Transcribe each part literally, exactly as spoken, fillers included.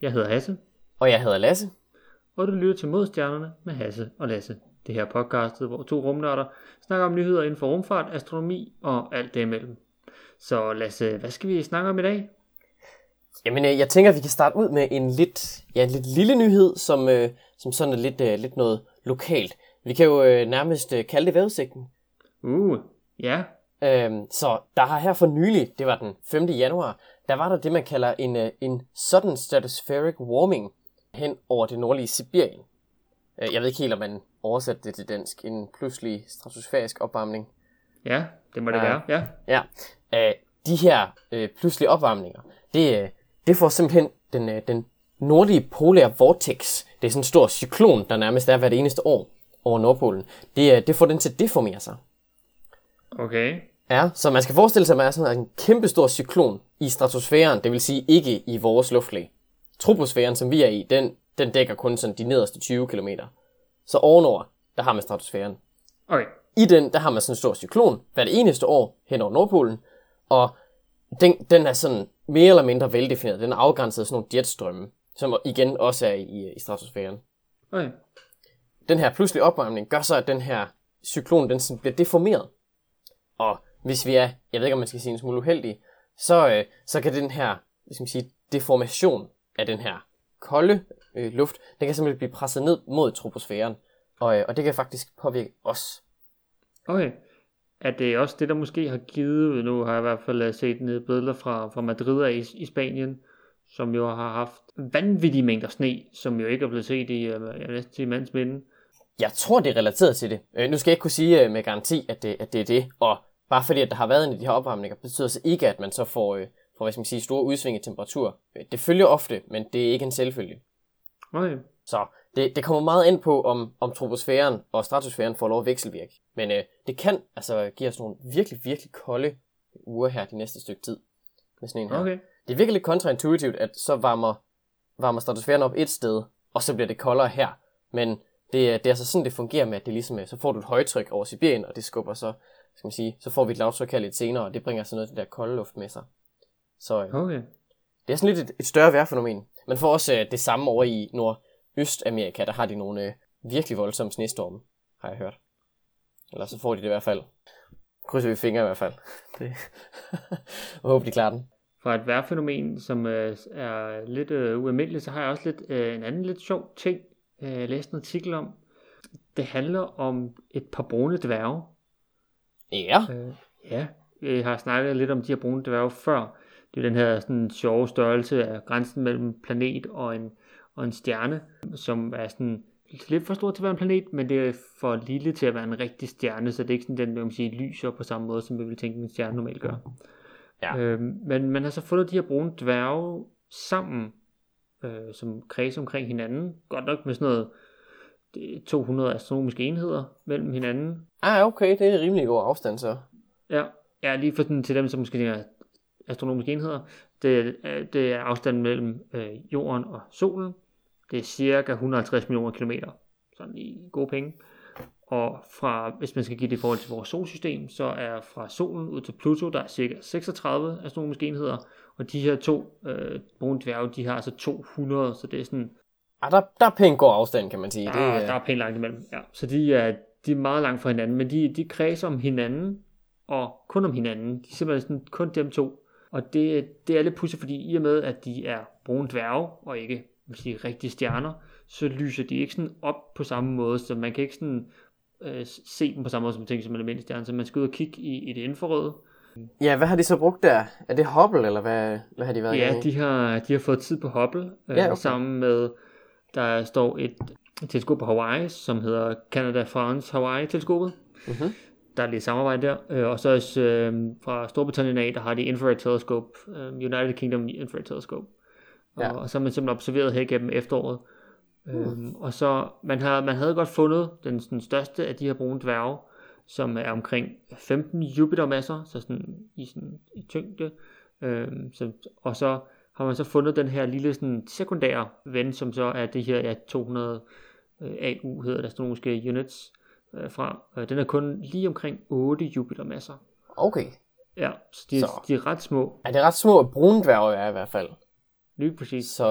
Jeg hedder Hasse. Og jeg hedder Lasse. Og du lytter til Modstjernerne med Hasse og Lasse. Det her podcastet, hvor to rumnørder snakker om nyheder inden for rumfart, astronomi og alt det imellem. Så Lasse, hvad skal vi snakke om i dag? Jamen, jeg tænker, at vi kan starte ud med en lidt, ja, en lidt lille nyhed, som, øh, som sådan er lidt, øh, lidt noget lokalt. Vi kan jo øh, nærmest øh, kalde det vejrudsigten. Uh, ja. Øhm, så der har her for nylig, det var den femte januar, der var der det, man kalder en, øh, en sudden stratospheric warming hen over det nordlige Sibirien. Øh, jeg ved ikke helt, om man oversætter det til dansk. En pludselig stratosfærisk opvarmning. Ja, det må det uh, være, ja. Ja, uh, de her uh, pludselige opvarmninger, det, uh, det får simpelthen den, uh, den nordlige polære vortex, det er sådan en stor cyklon, der nærmest er hvert eneste år over Nordpolen, det, uh, det får den til at deformere sig. Okay. Ja, så man skal forestille sig, at man er sådan en kæmpe stor cyklon i stratosfæren, det vil sige ikke i vores luftlag. Troposfæren, som vi er i, den, den dækker kun sådan de nederste tyve kilometer. Så ovenover, der har man stratosfæren. Okay. I den, der har man sådan en stor cyklon hvert eneste år hen over Nordpolen, og den, den er sådan mere eller mindre veldefineret. Den er afgrænset af sådan nogle jetstrømme, som igen også er i, i stratosfæren. Okay. Den her pludselige opvarmning gør så, at den her cyklon, den sådan bliver deformeret. Og hvis vi er, jeg ved ikke om man skal sige en smule uheldig, så, øh, så kan den her, hvad skal man sige, deformation af den her kolde øh, luft, den kan simpelthen blive presset ned mod troposfæren, og, øh, og det kan faktisk påvirke os. Okay. Er det også det, der måske har givet, nu har jeg i hvert fald set nede billeder fra, fra Madrid i, i Spanien, som jo har haft vanvittige mængder sne, som jo ikke er blevet set i, jeg næsten sige, mands minde. Jeg tror, det er relateret til det. Øh, nu skal jeg ikke kunne sige øh, med garanti, at det, at det er det, og bare fordi, at der har været en af de her opvarmninger, betyder så ikke, at man så får, øh, får hvad skal man sige, store udsving i temperatur. Det følger ofte, men det er ikke en selvfølge. Okay. Så det, det kommer meget ind på, om, om troposfæren og stratosfæren får lov at vekselvirke. Men øh, det kan altså give os nogle virkelig, virkelig kolde uger her de næste stykke tid. Med sådan en her. Okay. Det er virkelig lidt kontraintuitivt, at så varmer, varmer stratosfæren op et sted, og så bliver det koldere her. Men det, det er altså sådan, det fungerer med, at det ligesom, så får du et højtryk over Sibirien, og det skubber så, skal man sige, så får vi et lavtryk her lidt senere, og det bringer så noget af det der kolde luft med sig. Så øh, Okay. det er sådan lidt et, et større vejrfænomen. Man får også øh, det samme over i Nordøstamerika, der har de nogle øh, virkelig voldsomme snestorme, har jeg hørt. Eller så får de det i hvert fald. Krydser vi fingre i hvert fald. Det. Jeg håber, de klarer den. Fra et vejrfænomen, som øh, er lidt øh, ualmindeligt, så har jeg også lidt, øh, en anden lidt sjov ting, øh, jeg læste en artikel om. Det handler om et par brune dværge. Ja. Øh, ja, jeg har snakket lidt om de her brune dværge før. Det er den her sådan sjove størrelse af grænsen mellem planet og en, og en stjerne, som er sådan lidt for stor til at være en planet, men det er for lille til at være en rigtig stjerne, så det er ikke sådan, den man sige, lyser på samme måde, som vi vil tænke, en stjerne normalt gør. Ja. Øh, men man har så fundet de her brune dværge sammen, øh, som kredser omkring hinanden, godt nok med sådan noget det er to hundrede astronomiske enheder mellem hinanden. Ah, okay, det er rimelig god afstand så. Ja, ja lige for sådan, til dem, som måske tænker astronomiske enheder, det, det er afstanden mellem øh, jorden og solen. Det er cirka et hundrede og halvtreds millioner kilometer, sådan i gode penge. Og fra, hvis man skal give det i forhold til vores solsystem, så er fra solen ud til Pluto, der er cirka seksogtredive astronomiske enheder, og de her to øh, brune dværge, de har altså to hundrede, så det er sådan... Ah, der, der er pænt god afstand, kan man sige. Ja, det, der er pænt langt imellem, ja. Så de er, de er meget langt fra hinanden, men de, de kredser om hinanden, og kun om hinanden. De er simpelthen sådan, kun dem to. Og det, det er lidt pudsigt, fordi i og med, at de er brune dværge, og ikke vil sige, rigtige stjerner, så lyser de ikke sådan op på samme måde, så man kan ikke sådan øh, se dem på samme måde, som man tænker som almindelige stjerner, så man skal ud og kigge i, i det infrarøde. Ja, hvad har de så brugt der? Er det Hubble, eller hvad, hvad har de været Ja, i? de har, de har fået tid på Hubble, øh, Ja, okay. sammen med, der står et teleskop på Hawaii, som hedder Canada-France-Hawaii-teleskopet. Mm-hmm. Der er lidt samarbejde der, øh, og så også øh, fra Storbritannien af, der har de Infrared Telescope, øh, United Kingdom Infrared Telescope. Ja. Og, og så har man simpelthen observeret her gennem efteråret. Mm. Øhm, og så, man, har, man havde godt fundet den, den største af de her brune dværge, som er omkring femten Jupiter-masser, så sådan i, sådan, i tyngde. Øhm, så, og så har man så fundet den her lille sådan, sekundære ven, som så er det her ja, to hundrede øh, A U, hedder det, astronomiske units øh, fra. Øh, den er kun lige omkring otte Jupiter-masser. Okay. Ja, så de, så de er ret små. Ja, det er ret små brune dværge er i hvert fald. Lige præcis. Så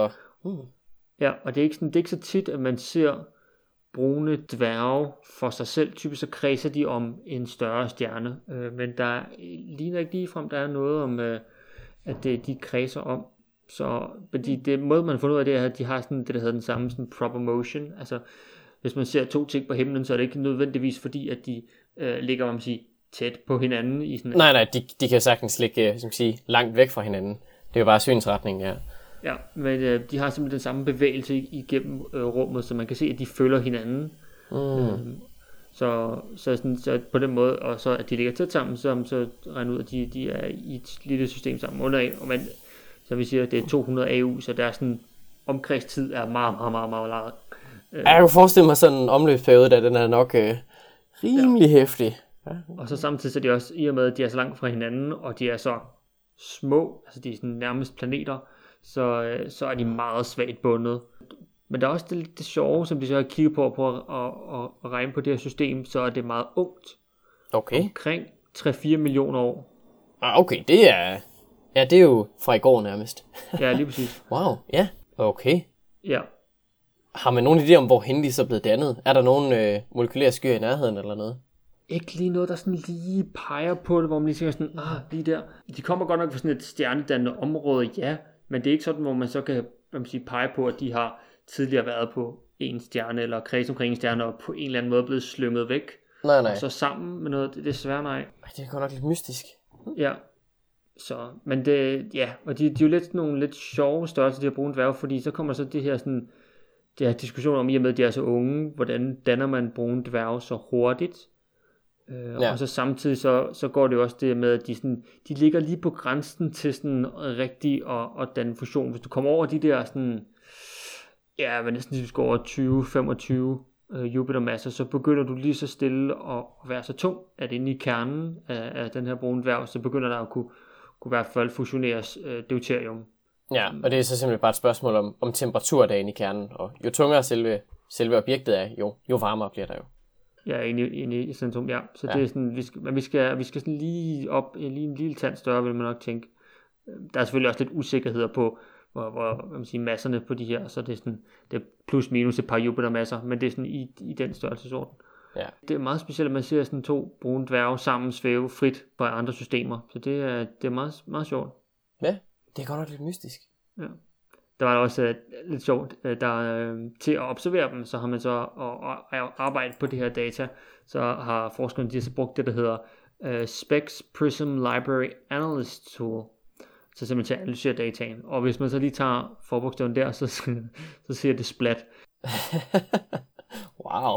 Hmm. Ja, og det er ikke, sådan, det er ikke så tit, at man ser brune dværge for sig selv. Typisk så kredser de om en større stjerne, øh, men der ligner ikke ligefrem, der er noget om, øh, at det, de kredser om. Så fordi det måde, man har fundet ud af det er, at de har sådan det, der hedder den samme sådan proper motion. Altså, hvis man ser to ting på himlen, så er det ikke nødvendigvis fordi, at de øh, ligger, hvad man siger, tæt på hinanden. I sådan nej, nej, de, de kan sagtens ligge som sige, langt væk fra hinanden. Det er jo bare synsretningen, ja. Ja, men øh, de har simpelthen den samme bevægelse igennem øh, rummet, så man kan se, at de følger hinanden. Mm. Øhm, så, så, sådan, så på den måde, og så at de ligger tæt sammen, så, så regner ud, at de, de er i et lille system sammen under, og man, så vi siger, at det er to hundrede A U, så der er sådan, omkredstid er meget, meget, meget, meget lang. Øh. Jeg kan forestille mig sådan en omløbsperiode, der den er nok øh, rimelig ja. hæftig. Ja. Og så samtidig så er de også, i og med, at de er så langt fra hinanden, og de er så små, altså de er sådan nærmest planeter, så, så er de meget svagt bundet. Men der er også det, det sjove, som de så har kigget på, på at, at, at, at regne på det her system, så er det meget ungt. Okay. Omkring tre til fire millioner år. Ah, okay, det er, ja, det er jo fra i går nærmest. Ja, lige præcis. Wow, ja, okay. Ja. Har man nogen idé om, hvor henne de så er blevet dannet? Er der nogen øh, molekylære skyer i nærheden eller noget? Ikke lige noget, der sådan lige peger på det, hvor man lige tænker sådan, ah, lige der. De kommer godt nok fra sådan et stjernedannende område, ja, men det er ikke sådan, hvor man så kan, hvad man siger, pege på, at de har tidligere været på en stjerne, eller kreds omkring en stjerne, og på en eller anden måde blevet slynget væk. Nej, nej. Og så sammen med noget, det er desværre nej. Ej, det er godt nok lidt mystisk. Ja, så, men det, ja, og de, de er jo lidt nogle lidt sjove størrelser, de her brune dværge, fordi så kommer så det her sådan, det her diskussion om, i og med, at de er så unge, hvordan danner man brune dværge så hurtigt? Øh, ja. Og så samtidig så, så går det jo også det med, at de, sådan, de ligger lige på grænsen til sådan rigtig at, at danne fusion. Hvis du kommer over de der sådan, ja, men næsten hvis du går over tyve til femogtyve øh, Jupiter-masser, så begynder du lige så stille at være så tung, at inde i kernen af, af den her brune dværg, så begynder der at kunne, kunne i hvert fald fusioneres øh, deuterium. Ja, og det er så simpelthen bare et spørgsmål om, om temperatur derinde i kernen, og jo tungere selve, selve objektet er, jo, jo varmere bliver der jo. Ja, inde, inde i centrum, ja. Så ja. det er sådan, vi skal, men vi skal, vi skal sådan lige op, lige en lille tand større, vil man nok tænke. Der er selvfølgelig også lidt usikkerheder på, hvor, hvor hvad man siger, masserne på de her, så det er sådan, det er plus minus et par Jupiter-masser, men det er sådan i, i den størrelsesorden. Ja. Det er meget specielt, at man ser sådan to brune dværge sammen svæve frit fra andre systemer, så det er, det er meget, meget sjovt. Ja, det er godt nok lidt mystisk. Ja. Der var også uh, lidt sjovt, uh, der uh, til at observere dem, så har man så at, at arbejde på det her data, så har forskerne de så brugt det, der hedder uh, Specs Prism Library Analyst Tool, så simpelthen til at analysere dataen. Og hvis man så lige tager forbogstaven der, så, så ser det splat. Wow.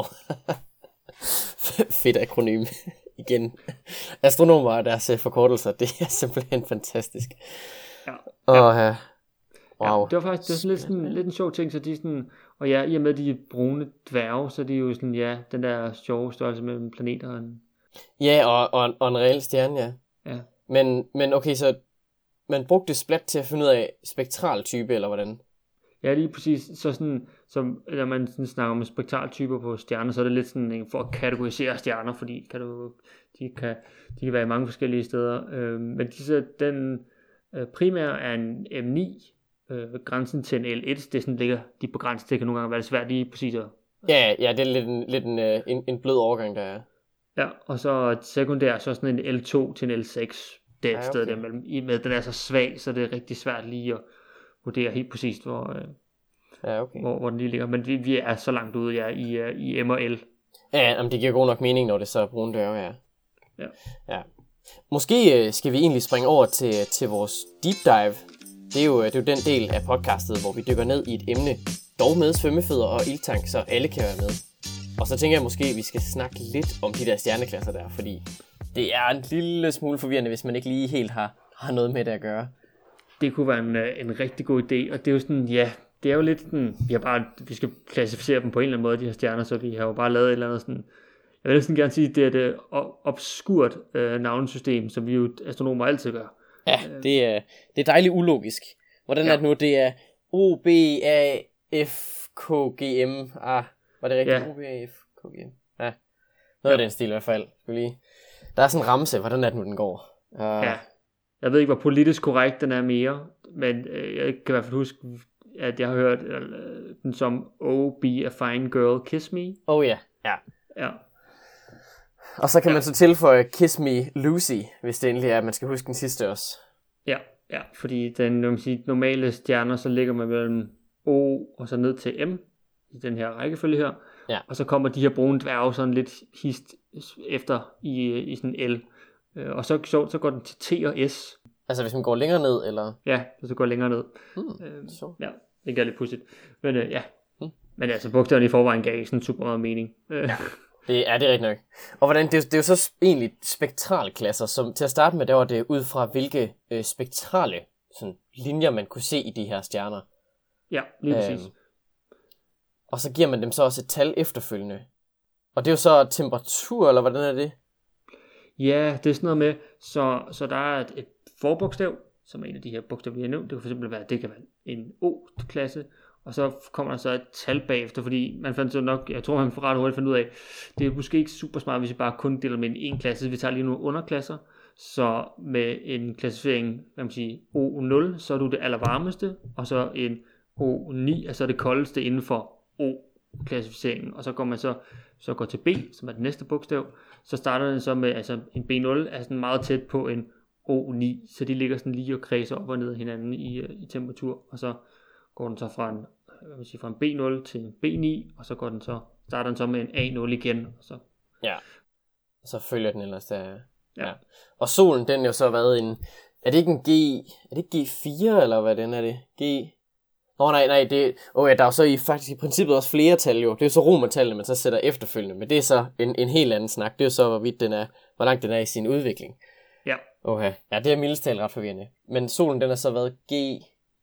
Fedt akronym igen. Astronomer og deres forkortelser, det er simpelthen fantastisk. Ja. Og ja. Uh, wow. Ja, det var faktisk det var sådan lidt, sådan, lidt en sjov ting, så de er sådan, og ja, i og med de brune dværge, så er de jo sådan, ja, den der sjove størrelse mellem planeter og en... Ja, og, og, og en reel stjerne, ja. Ja. Men, men okay, så man brugte splat til at finde ud af spektraltype, eller hvordan? Ja, lige præcis. Så sådan, som, når man sådan snakker om spektraltyper på stjerner, så er det lidt sådan for at kategorisere stjerner, fordi kan du, de, kan, de kan være i mange forskellige steder. Øh, men disse, den øh, primære er en M ni, øh, grænsen til en L et, det sådan ligger de på grænsen, det kan nogle gange være svært lige præcis at... Ja, ja, det er lidt en, lidt en, en, en blød overgang, der er. Ja, og så sekundær, så sådan en L to til en L seks, det er et ja, okay. sted der mellem, i med den er så svag, så det er rigtig svært lige at vurdere helt præcist, hvor, øh, ja, okay. hvor, hvor den lige ligger. Men vi, vi er så langt ude, ja, i, uh, i M og L. Ja, jamen, det giver god nok mening, når det så er brune døre, ja. Ja. ja. Måske øh, skal vi egentlig springe over til, til vores deep dive. Det er, jo, det er jo den del af podcastet, hvor vi dykker ned i et emne, dog med svømmefødder og ildtank, så alle kan være med. Og så tænker jeg måske, at vi skal snakke lidt om de der stjerneklasser der, fordi det er en lille smule forvirrende, hvis man ikke lige helt har, har noget med det at gøre. Det kunne være en, en rigtig god idé, og det er jo sådan, ja, det er jo lidt sådan, vi har bare, vi skal klassificere dem på en eller anden måde, de her stjerner, så vi har jo bare lavet et eller andet sådan, jeg vil næsten gerne sige, det er et obskurt øh, navnesystem, som vi jo astronomer altid gør. Ja, det er, det er dejligt ulogisk. Hvordan ja. er det nu? Det er O, B, A, F, K, G, M. Ah, var det rigtigt? Ja. O, B, A, F, K, G, M. Ja, noget ja. af den stil i hvert fald. Lige... Der er sådan en ramse. Hvordan er det nu, den går? Uh... Ja, jeg ved ikke, hvor politisk korrekt den er mere, men øh, jeg kan i hvert fald huske, at jeg har hørt øh, den som Oh, be a fine girl, kiss me. Oh ja, ja. Ja. Og så kan ja. man så tilføje Kiss Me Lucy, hvis det endelig er, at man skal huske den sidste også. Ja, ja, fordi den man sige, normale stjerner, så ligger man mellem O og så ned til M i den her rækkefølge her. Ja. Og så kommer de her brune dværge sådan lidt hist efter i, i sådan L. Og så, så, så går den til T og S. Altså hvis man går længere ned, eller? Ja, så går længere ned. Hmm, øhm, så. Ja, det gør lidt pudsigt. Men øh, ja, hmm. men altså bogstaverne i forvejen gav ikke sådan super meget mening. Ja. Det er det rigtigt nok. Og hvordan, det, er, det er jo så egentlig spektralklasser, som til at starte med, der var det ud fra hvilke øh, spektrale sådan, linjer, man kunne se i de her stjerner. Ja, lige præcis. Øhm, og så giver man dem så også et tal efterfølgende. Og det er jo så temperatur, eller hvordan er det? Ja, det er sådan noget med, så, så der er et, et forbogstav, som er en af de her bogstaver, vi har nævnt. Det kan for eksempel være, det kan være en O-klasse, og så kommer der så et tal bagefter, fordi man fandt så nok, jeg tror man får ret hurtigt fundet ud af, det er måske ikke super smart, hvis vi bare kun deler med en klasse. Vi tager lige nogle underklasser, så med en klassificering, hvad man sige, O nul, så er du det allervarmeste, og så en O ni, altså det koldeste inden for O-klassificeringen, og så går man så, så går til B, som er det næste bogstav, så starter den så med, altså en B nul er sådan meget tæt på en O ni, så de ligger sådan lige og kredser op og ned af hinanden i, i temperatur, og så går den så fra en, hvad man siger, fra en B nul til en B ni, og så går den så, starter den så med en A nul igen, og så. Ja, og så følger den ellers der. Ja. Ja. Og solen, den er jo så været en, er det ikke en G, er det ikke G fire, eller hvad den er det? G, åh oh, nej, nej, det, oh ja, der er jo så i, faktisk i princippet også flere tal jo, det er jo så romertallene, man så sætter efterfølgende, men det er så en, en helt anden snak, det er jo så, hvorvidt den er, hvor langt den er i sin udvikling. Ja. Okay, ja, det er mildest talt ret forvirrende. Men solen, den har så været G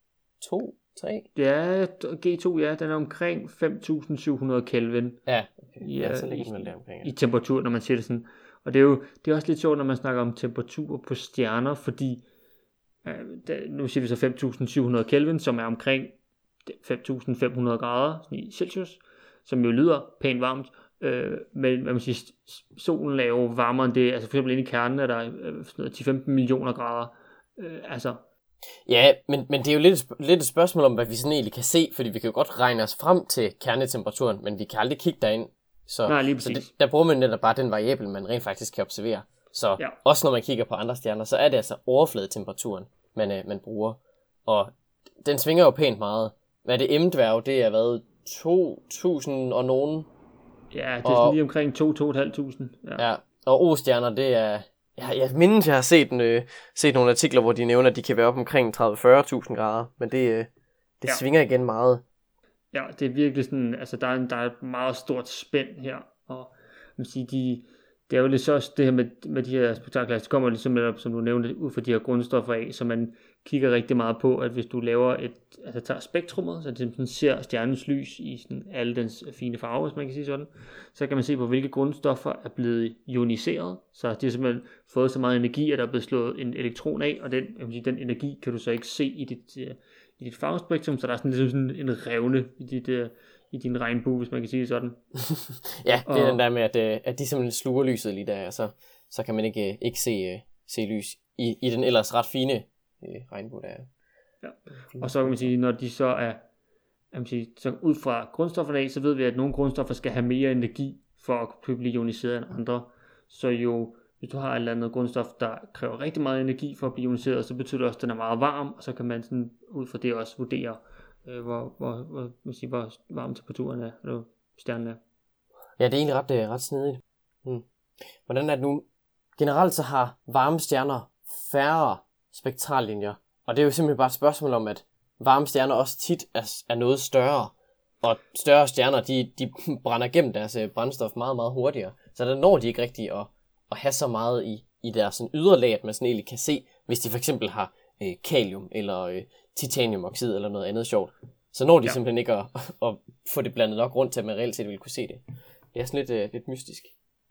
to, tre? Ja, G to, ja, den er omkring fem tusind syv hundrede Kelvin. Ja, okay. i, ja, så i, ligger den vel der omkring. i temperatur, når man siger det sådan. Og det er jo det er også lidt sjovt, når man snakker om temperatur på stjerner, fordi øh, der, nu siger vi så fem tusind syv hundrede Kelvin, som er omkring fem tusind fem hundrede grader i Celsius, som jo lyder pænt varmt. Øh, men hvad man siger, solen er jo varmere end det, altså for eksempel inde i kernen er der øh, ti til femten millioner grader. Øh, altså Ja, men, men det er jo lidt, lidt et spørgsmål om, hvad vi sådan egentlig kan se, fordi vi kan jo godt regne os frem til kernetemperaturen, men vi kan aldrig kigge derind. Så, Nej, lige så præcis. det, der bruger man netop bare den variabel, man rent faktisk kan observere. Så Ja. også når man kigger på andre stjerner, så er det altså overfladetemperaturen, man, øh, man bruger. Og den svinger jo pænt meget. Hvad er det M-dværg? Det er været to tusind og nogen. Ja, det er Og- sådan lige omkring to til to tusind fem hundrede. Ja. Ja, og O-stjerner, det er... Ja, jeg mindes, jeg har set, en, øh, set nogle artikler, hvor de nævner, at de kan være op omkring tredive til fyrre tusind grader. Men det, øh, det Ja. svinger igen meget. Ja, det er virkelig sådan, altså der er, en, der er et meget stort spænd her, og man siger, de, det er jo lidt så også det her med, med de her spektakler, det kommer ligesom netop, som du nævnte, ud fra de her grundstoffer af, så man kigger rigtig meget på, at hvis du laver et, altså tager spektrummet, så det sådan ser stjernens lys i sådan alle dens fine farver, hvis man kan sige sådan, så kan man se på, hvilke grundstoffer er blevet ioniseret, så de har simpelthen fået så meget energi, at der er blevet slået en elektron af, og den, jeg vil sige, den energi kan du så ikke se i dit, øh, i dit farvespektrum, så der er sådan ligesom sådan en revne i, dit, uh, i din regnbue, hvis man kan sige det sådan. Ja, det er Og- den der med, at, øh, at de simpelthen sluger lyset lige der, og så, så kan man ikke, øh, ikke se, øh, se lys i, i den ellers ret fine øh, regnbue, der er. Ja. Og så kan man sige, når de så er, jeg vil sige, så ud fra grundstofferne af, så ved vi, at nogle grundstoffer skal have mere energi for at kunne blive ioniseret end andre. Så jo, hvis du har et eller andet grundstof, der kræver rigtig meget energi for at blive ioniseret, så betyder det også, at den er meget varm, og så kan man sådan, ud fra det også vurdere, øh, hvor, hvor, hvor, man siger, hvor varm temperaturen er, eller stjernen er. Ja, det er egentlig ret, øh, ret snedigt. Hmm. Hvordan er det nu? Generelt så har varme stjerner færre spektrallinjer, og det er jo simpelthen bare et spørgsmål om, at varme stjerner også tit er, er noget større, og større stjerner, de, de brænder gennem deres øh, brændstof meget, meget hurtigere, så der når de ikke rigtig at, at have så meget i, i deres sådan yderlag, at man sådan egentlig kan se, hvis de for eksempel har øh, kalium eller øh, titaniumoxid eller noget andet sjovt, så når de Ja. ja. simpelthen ikke at, at få det blandet nok rundt til, at man reelt set vil kunne se det. Det er sådan lidt, øh, lidt mystisk.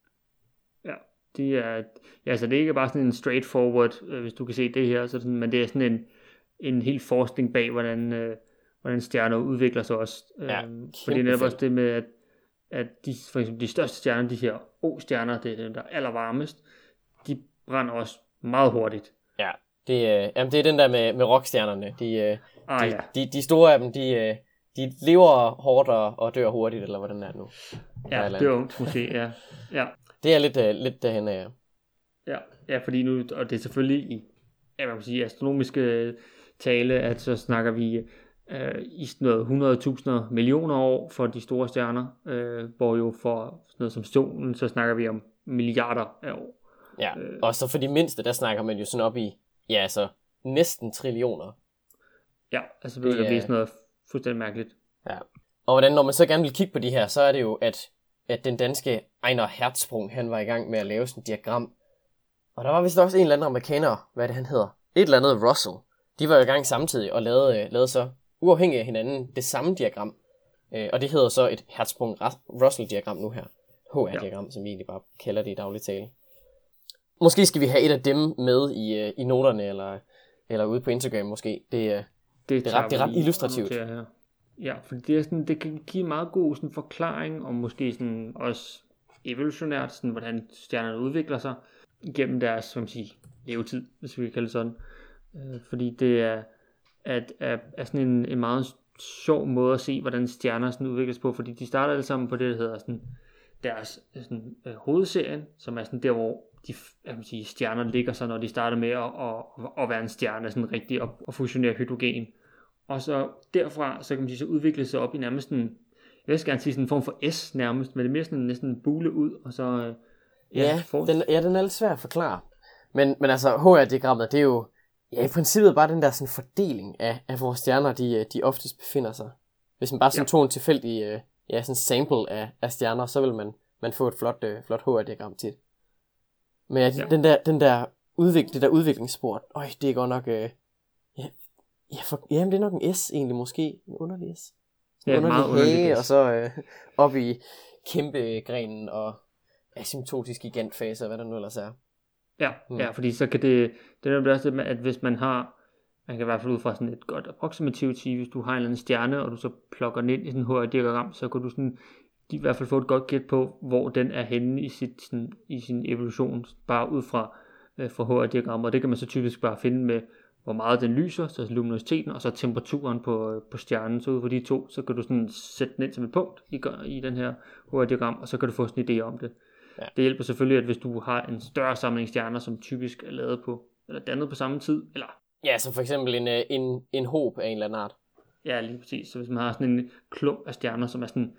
Ja, det er, ja, altså det er ikke bare sådan en straightforward, øh, hvis du kan se det her, så sådan, men det er sådan en, en hel forskning bag, hvordan, øh, hvordan stjerner udvikler sig også. Ja, Øhm, fordi det er netop fedt. også det med, at, at de, for eksempel de største stjerner, de her O-stjerner, det er dem, der er allervarmest, de brænder også meget hurtigt. Ja. Det, øh, jamen, det er den der med, med rockstjernerne. De, øh, ah, de, ja. de, de store af dem, de, øh, de lever hårdt og, og dør hurtigt, eller hvordan er det nu? Ja, det er ungt måske, ja. ja. Det er lidt, øh, lidt derhen af, ja. Ja, ja, fordi nu, og det er selvfølgelig i, ja, man kan sige, astronomiske tale, at så snakker vi øh, i sådan noget hundrede tusinder millioner år for de store stjerner, øh, hvor jo for sådan noget som solen, så snakker vi om milliarder af år. Ja, øh, og så for de mindste, der snakker man jo sådan op i, ja, altså næsten trillioner. Ja, altså det, det bliver sådan noget fuldstændig mærkeligt. Ja, og hvordan, når man så gerne vil kigge på de her, så er det jo, at, at den danske Ejner Hertzsprung, han var i gang med at lave sådan et diagram. Og der var vist også en eller anden amerikaner, hvad det han hedder, et eller andet Russell. De var i gang samtidig og lavede, lavede så uafhængigt af hinanden det samme diagram. Øh, og det hedder så et Hertzsprung-Russell-diagram nu her. H R-diagram, ja. Som vi egentlig bare kalder det i daglig tale. Måske skal vi have et af dem med i, i noterne, eller, eller ude på Instagram måske. Det, det, det, er, ret, det er ret illustrativt. Her. Ja, for det, er sådan, det kan give en meget god sådan, forklaring, og måske sådan, også evolutionært, sådan, hvordan stjernerne udvikler sig gennem deres, som man siger, levetid, hvis vi kan kalde det sådan. Øh, fordi det er, at, er, er sådan en, en meget sjov måde at se, hvordan stjerner sådan udvikles på, fordi de starter alle sammen på det, der hedder sådan, deres sådan, øh, hovedserien, som er sådan der, hvor de jeg kan sige, stjerner ligger sig, når de starter med at, at, at være en stjerne, sådan rigtig, og, og fusionere hydrogen. Og så derfra, så kan man sige, så udvikle sig op i nærmest en, jeg vil gerne sige sådan en form for S nærmest, men det er mere sådan næsten en bule ud, og så øh, ja, ja, for... den, ja, den er lidt svær at forklare. Men, men altså, H R-diagrammet, det er jo ja, i princippet bare den der sådan fordeling af, af hvor stjerner, de, de oftest befinder sig. Hvis man bare sådan ja. tog en tilfældig ja, sådan sample af, af stjerner, så vil man, man få et flot, øh, flot H R-diagram til. Men ja, ja. den der, den der, udvik, det der udviklingsspor, øj, det er godt nok, øh, ja, ja, for, jamen det er nok en S egentlig måske, en underlig S. En ja, underlig meget underlig S. Og så øh, op i kæmpe grenen og asymptotisk gigantfase, og hvad der nu ellers er. Ja, hmm. ja, fordi så kan det, det er også det med, at hvis man har, man kan i hvert fald ud fra sådan et godt approximativt sige, hvis du har en eller anden stjerne, og du så plukker den ind i sådan en H R-diagram, så kan du sådan, i hvert fald få et godt gæt på, hvor den er henne i, sit, sådan, i sin evolution, bare ud fra, øh, fra H R-diagrammer, og det kan man så typisk bare finde med, hvor meget den lyser, så luminositeten, og så temperaturen på, på stjernen, så ud fra de to, så kan du sådan sætte den ind som et punkt i, i den her H R-diagram, og så kan du få sådan en idé om det. Ja. Det hjælper selvfølgelig, at hvis du har en større samling stjerner, som typisk er lavet på, eller dannet på samme tid, eller... Ja, så for eksempel en, en, en håb af en eller anden art. Ja, lige præcis. Så hvis man har sådan en klump af stjerner, som er sådan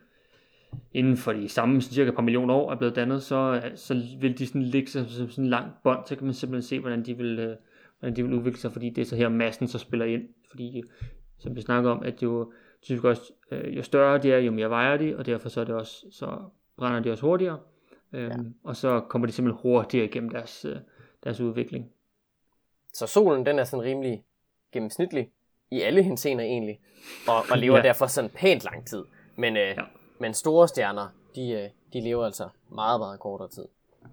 inden for de samme cirka et par millioner år er blevet dannet, så, så vil de sådan ligge som sådan en lang bånd, så kan man simpelthen se, hvordan de vil, hvordan de vil udvikle sig, fordi det er så her massen så spiller ind. Fordi, som vi snakker om, at jo typisk også, jo større de er, jo mere vejer de, og derfor så er det også, så brænder de også hurtigere. Øhm, ja. Og så kommer de simpelthen hurtigere igennem deres, deres udvikling. Så solen, den er sådan rimelig gennemsnitlig i alle henseender egentlig, og, og lever ja. derfor sådan pænt lang tid. Men, øh, ja. men store stjerner, de, de lever altså meget, meget kortere tid.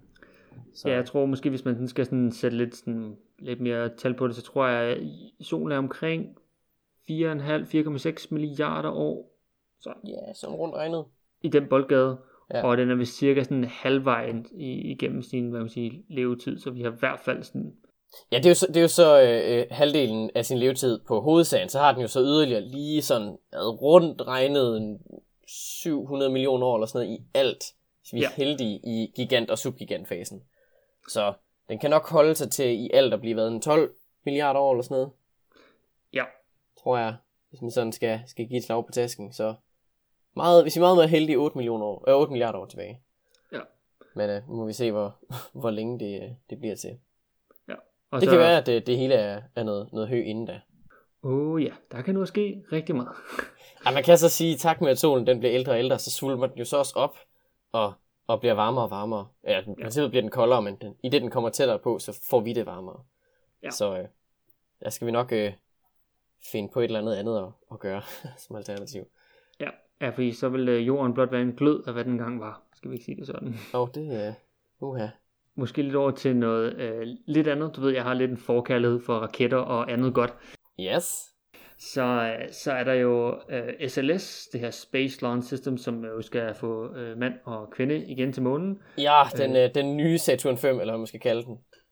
Så. Ja, jeg tror måske, hvis man skal sådan sætte lidt, sådan, lidt mere tal på det, så tror jeg, at solen er omkring fire komma fem til fire komma seks milliarder år. Så. Ja, sådan rundt regnet. I den boldgade. Ja. Og den er vist cirka sådan halvvejen igennem sin, hvad man siger, levetid, så vi har i hvert fald sådan... Ja, det er jo så, det er jo så øh, halvdelen af sin levetid på hovedsagen, så har den jo så yderligere lige sådan rundt regnet syv hundrede millioner år eller sådan noget i alt, hvis vi er ja. heldige i gigant- og subgigantfasen. Så den kan nok holde sig til i alt at blive været en tolv milliarder år eller sådan noget. Ja. Tror jeg, hvis man sådan skal, skal give et slag på tasken, så... Meget, hvis vi er meget mere heldige, otte millioner år, øh, otte milliarder år tilbage. Ja. Men øh, nu må vi se, hvor, hvor længe det, det bliver til. Ja. Og det så... kan være, at det, det hele er, er noget, noget hø inden da. Åh oh, ja, der kan nu ske rigtig meget. Ja, man kan så sige, tak med at solen den bliver ældre og ældre, så svulmer den jo så også op og, og bliver varmere og varmere. Ja, i princippet ja. bliver den koldere, men den, i det den kommer tættere på, så får vi det varmere. Ja. Så øh, der skal vi nok øh, finde på et eller andet andet at, at gøre som alternativ. Ja. Ja, fordi så vil øh, jorden blot være en glød af, hvad den gang var. Skal vi ikke sige det sådan? Åh, oh, det er... Uh, uha. Måske lidt over til noget øh, lidt andet. Du ved, jeg har lidt en forkærlighed for raketter og andet godt. Yes. Så, øh, så er der jo øh, S L S, det her Space Launch System, som jo skal få øh, mand og kvinde igen til månen. Ja, den, øh, den nye Saturn fem, eller hvad man skal kalde den.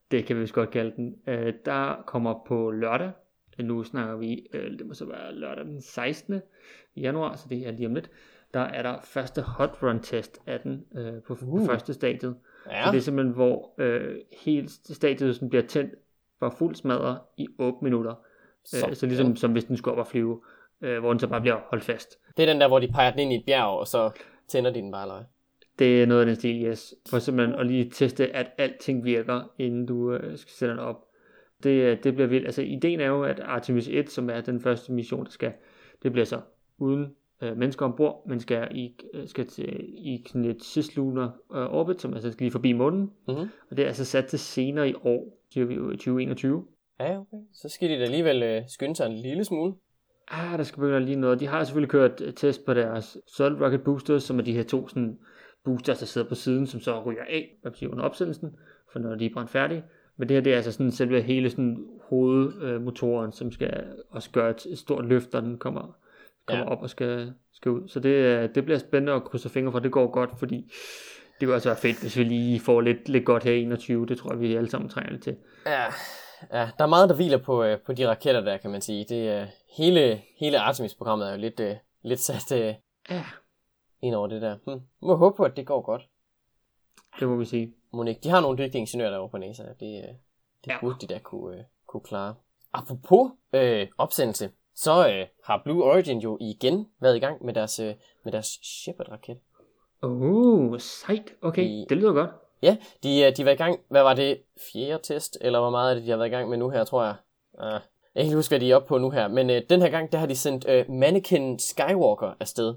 Det kan vi vist godt kalde den. Øh, der kommer på lørdag, nu snakker vi, øh, det må så være lørdag den sekstende januar, så det er lige om lidt, der er der første hot run test af den øh, på, uh. på første stadiet. Ja. Så det er simpelthen, hvor øh, hele stadiet sådan bliver tændt for fuld smadre i otte minutter. Så, øh, så ligesom ja. som hvis den skulle op og flyve, øh, hvor den så bare bliver holdt fast. Det er den der, hvor de peger den ind i et bjerg, og så tænder de den bare, eller? Det er noget af den stil, yes. For simpelthen at lige teste, at alting virker, inden du øh, skal sætte den op. Det, det bliver vildt. Altså ideen er jo, at Artemis et, som er den første mission, der skal, det bliver så uden øh, mennesker ombord, men skal i, skal til, i sådan et cislunar øh, orbit, som altså skal lige forbi månen. Mm-hmm. Og det er altså sat til senere i år, siger vi jo i tyve enogtyve. Ja, okay. Så skal de da alligevel øh, skynde sig en lille smule. Ah, der skal begynde lige noget. De har selvfølgelig kørt test på deres Solid Rocket Boosters, som er de her to sådan, boosters, der sidder på siden, som så ryger af, hvad betyder under opsendelsen, for når de er brændt færdige. Men det her, det er altså sådan selve hele sådan hovedmotoren, som skal også gøre et stort løft, når den kommer, kommer ja. op og skal, skal ud. Så det, det bliver spændende at krydse fingre for, det går godt, fordi det kunne altså være fedt, hvis vi lige får lidt, lidt godt her i enogtyve. Det tror jeg, vi alle sammen trænger lidt til. Ja, ja, der er meget, der hviler på, på de raketter der, kan man sige. Det, hele, hele Artemis-programmet er jo lidt, lidt sat ja. ind over det der. Hm. Må håbe på, at det går godt. Det må vi sige. Monique, de har nogle dygtige ingeniører derovre på NASA. Det, det ja. burde de da kunne, uh, kunne klare. Apropos øh, opsendelse, så øh, har Blue Origin jo igen været i gang med deres, øh, med deres Shepard-raket. Oh, sejt. Okay, de, det lyder godt. Ja, de, de var i gang, hvad var det, fjerde test, eller hvor meget af det, de har været i gang med nu her, tror jeg. Uh, jeg kan ikke huske, hvad de er oppe på nu her, men øh, den her gang, der har de sendt øh, Mannequin Skywalker afsted.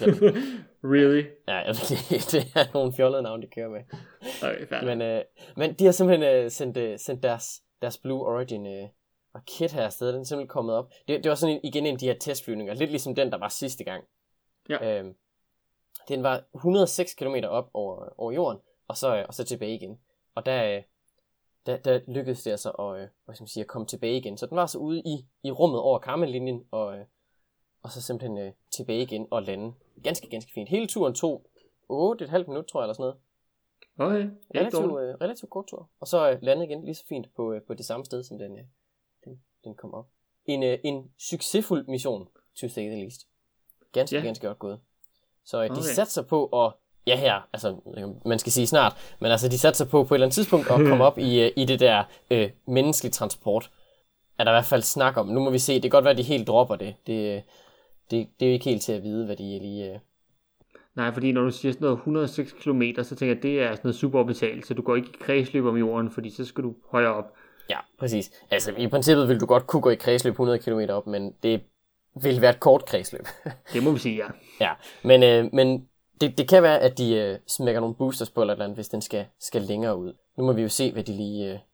Really? Ja, jeg ved, det er nogle fjollede navn, de kører med. Okay, færdig. Men, øh, men de har simpelthen øh, sendt, øh, sendt deres, deres Blue Origin øh, raket her afsted. Den er simpelthen kommet op. Det, det var sådan en, igen en af de her testflyvninger, lidt ligesom den, der var sidste gang. Ja. Øhm, den var et hundrede og seks kilometer op over, over jorden, og så, øh, og så tilbage igen. Og der, øh, der, der lykkedes det altså at, øh, hvad skal man sige, at komme tilbage igen. Så den var så ude i, i rummet over Kármán-linjen, og, øh, og så simpelthen øh, tilbage igen og lande. Ganske, ganske fint. Hele turen tog otte komma fem minut, tror jeg, eller sådan noget. Okay. Relativt, øh, relativt kort tur. Og så øh, landede igen lige så fint på, øh, på det samme sted, som den, øh, den, den kom op. En, øh, en succesfuld mission, to say the least. Ganske, yeah. ganske godt gået. Så øh, de okay. satte sig på at, ja her, altså man skal sige snart, men altså de satte sig på på et eller andet tidspunkt at komme op i, øh, i det der øh, menneskelige transport. Er der i hvert fald snak om. Nu må vi se, det kan godt være, at de helt dropper det. Det, det, det er jo ikke helt til at vide, hvad de lige... Øh... Nej, fordi når du siger sådan noget et hundrede og seks kilometer, så tænker jeg, at det er sådan noget suborbitalt, så du går ikke i kredsløb om jorden, fordi så skal du højere op. Ja, præcis. Altså i princippet vil du godt kunne gå i kredsløb hundrede kilometer op, men det vil være et kort kredsløb. Det må vi sige, ja. Ja, men, øh, men det, det kan være, at de øh, smækker nogle boosters på eller andet, hvis den skal, skal længere ud. Nu må vi jo se, hvad de lige, øh,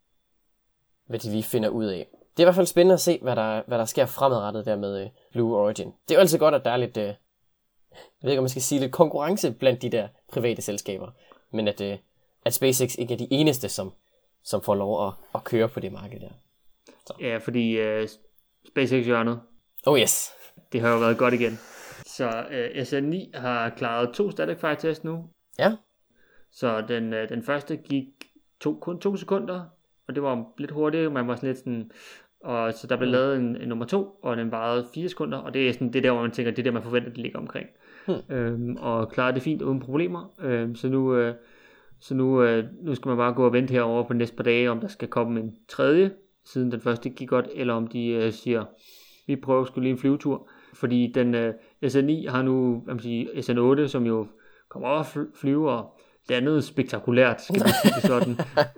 hvad de lige finder ud af. Det er i hvert fald spændende at se, hvad der, hvad der sker fremadrettet der med øh, Blue Origin. Det er jo altid godt, at der er lidt, øh, jeg ved ikke, om man skal sige lidt konkurrence blandt de der private selskaber, men at, øh, at SpaceX ikke er de eneste, som, som får lov at, at køre på det marked der. Så. Ja, fordi øh, SpaceX-hjørnet, oh yes, det har jo været godt igen. Så øh, S N ni har klaret to static fire test nu. Ja. Så den, øh, den første gik to, kun to sekunder, og det var lidt hurtigt. Man var sådan lidt sådan, og så der blev mm. lavet en, en nummer to, og den varede fire sekunder, og det er sådan det er der, hvor man tænker, det er der, man forventer, det ligger omkring. Mm. Øhm, og klarede det fint uden problemer. Øhm, så nu, øh, så nu, øh, nu skal man bare gå og vente herover på de næste par dage, om der skal komme en tredje, siden den første gik godt, eller om de øh, siger, vi prøver sgu lige en flyvetur. Fordi den øh, S N ni har nu, hvad man siger, S N otte, som jo kommer over at flyve og landede spektakulært, skal man sige det sådan.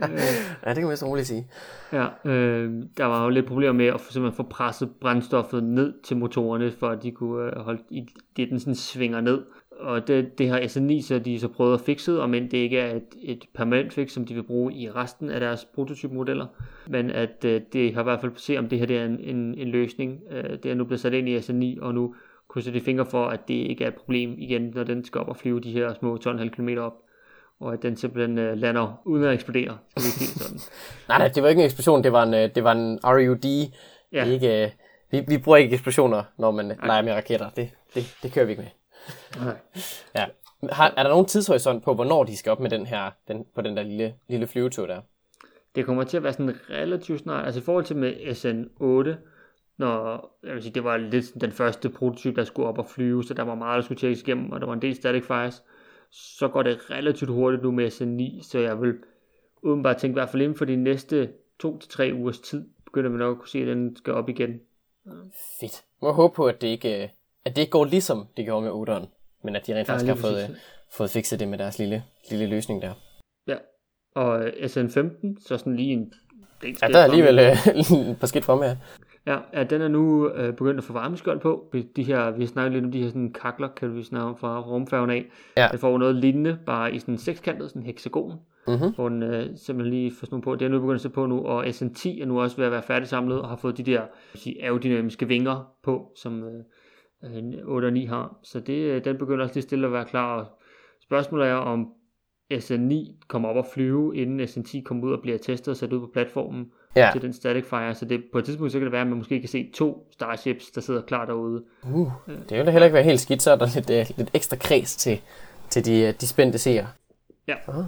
Ja, det kan man så roligt sige. Ja, øh, der var jo lidt problemer med at for, simpelthen få presset brændstoffet ned til motorerne, for at de kunne øh, holde i det, den sådan svinger ned. Og det, det har S N ni så de så prøvet at fikse, og men det ikke er et, et permanent fix, som de vil bruge i resten af deres prototypemodeller. Men at øh, det har i hvert fald på at se, om det her det er en, en, en løsning. Øh, det er nu blevet sat ind i S N ni, og nu krydser de fingre for, at det ikke er et problem igen, når den skal op og flyve de her små tolv komma fem kilometer op. Og at den simpelthen øh, lander uden at eksplodere. Skal vi sige sådan. nej, nej, det var ikke en eksplosion, det var en, det var en R U D. Ja. Ikke, øh, vi, vi bruger ikke eksplosioner, når man nej. leger med raketter. Det, det, det kører vi ikke med. Nej. Ja. Har, er der nogen tidshorisont på, hvornår de skal op med den her, den, på den der lille, lille flyvetur der? det kommer til at være sådan relativt snart, altså i forhold til med S N otte, når, jeg vil sige, det var lidt den første prototype, der skulle op og flyve, så der var meget, der skulle tjekkes igennem, og der var en del static fires, så går det relativt hurtigt nu med S N ni, så jeg vil åbenbart tænke, i hvert fald inden for de næste to til tre ugers tid, begynder vi nok at kunne se, at den skal op igen. Fedt. Må håbe på, at det ikke, at det ikke går ligesom det gjorde med otteren, men at de rent faktisk ja, har fået, fået fikset det med deres lille, lille løsning der. Ja, og S N femten, så sådan lige en del ja, der er alligevel øh, et par skridt fremme her. Ja, ja, den er nu øh, begyndt at få varmeskjold på. De her, vi har snakket lidt om de her sådan kakler, kan vi snakke om fra rumfærgen af. Ja. Den får noget lignende, bare i sådan en sekskantet, sådan en hexagon. Mm-hmm. Hvor den øh, simpelthen lige får sådan på. Det er nu begyndt at se på nu, og S N ti er nu også ved at være færdigsamlet, og har fået de der sige, aerodynamiske vinger på, som øh, otte og ni har. Så det, den begynder også lige stille at være klar. Og spørgsmålet er, om S N ni kommer op og flyve, inden S N ti kommer ud og bliver testet og sat ud på platformen. Ja. Til den static fire, så det på et tidspunkt så kan det være, at man måske kan se to Starships, der sidder klar derude. Uh, det vil da heller ikke være helt skidt, så er der lidt, uh, lidt ekstra kreds til, til de, de spændte seere. Ja. Uh.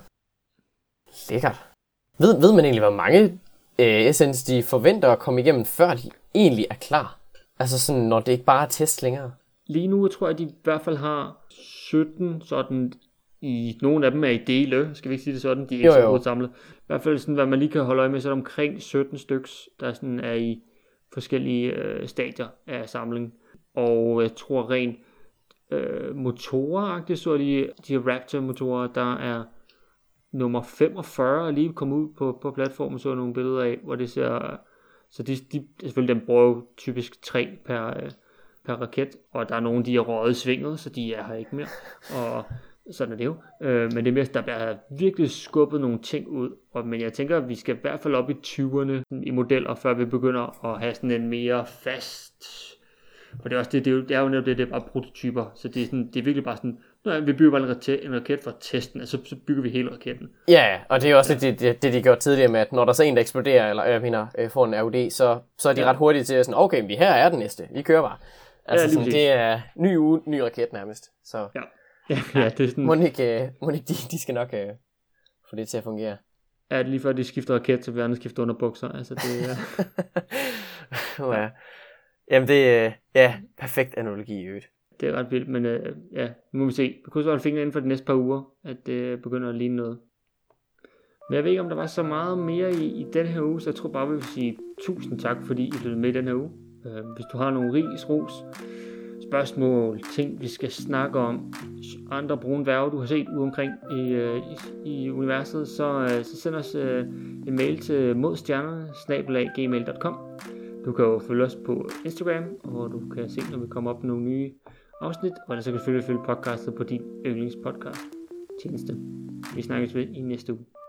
Lækkert. Ved, ved man egentlig, hvor mange uh, S N's de forventer at komme igennem, før de egentlig er klar? Altså sådan, når det ikke bare er test længere? Lige nu tror jeg, at de i hvert fald har sytten sådan. I nogle af dem er i dele, skal vi ikke sige det sådan, de er ikke så godt samlet. I hvert fald sådan, hvad man lige kan holde øje med, så er der omkring sytten styks, der sådan er i forskellige øh, stadier af samling. Og jeg tror rent øh, motoragtigt, så er de, de Raptor-motorer, der er nummer femogfyrre lige kommet ud på, på platformen, så er nogle billeder af, hvor det ser, så de, de selvfølgelig dem bruger jo typisk tre per, øh, per raket, og der er nogle, de er røget i svinget, så de er her ikke mere. Og sådan er det jo. Øh, men det er mest, der bliver virkelig skubbet nogle ting ud. Og, men jeg tænker, at vi skal i hvert fald op i tyverne i modeller, før vi begynder at have sådan en mere fast. For det er også det, det er jo, det er jo netop det, det er bare prototyper. Så det er, sådan, det er virkelig bare sådan, nej, vi bygger bare en raket, en raket for testen, altså så bygger vi hele raketten. Ja, og det er også ja. lidt det, det, de gjorde tidligere med, at når der så er en, der eksploderer, eller jeg mener, øh, får en R U D, så, så er de ja. ret hurtige til at sådan, okay, vi her er den næste, vi kører bare. Altså ja, sådan, det er ny uge, ny raket nærmest. Så. Ja. Ja, ja, det er sådan. Må ikke, må ikke de, de skal nok uh, få det til at fungere. Ja, lige før de skifter raket, så vil andre skifte underbukser. Altså det er... ja. ja. Jamen det er, ja, perfekt analogi i øvrigt. Det er ret vildt, men uh, ja, nu må vi se. Vi kunne så holde fingre inden for de næste par uger, at det begynder at ligne noget. Men jeg ved ikke, om der var så meget mere i, i den her uge, så jeg tror bare, vi vil sige tusind tak, fordi I blev med i den her uge. Uh, hvis du har nogle ris, ros, spørgsmål, ting vi skal snakke om, andre brune værve, du har set ude omkring i, øh, i, i universet, så, øh, så send os øh, en mail til modstjernerne snabel-a gmail punktum com. Du kan jo følge os på Instagram, hvor du kan se, når vi kommer op med nogle nye afsnit, og så kan du selvfølgelig følge podcastet på din yndlingspodcast tjeneste. Vi snakkes ved i næste uge.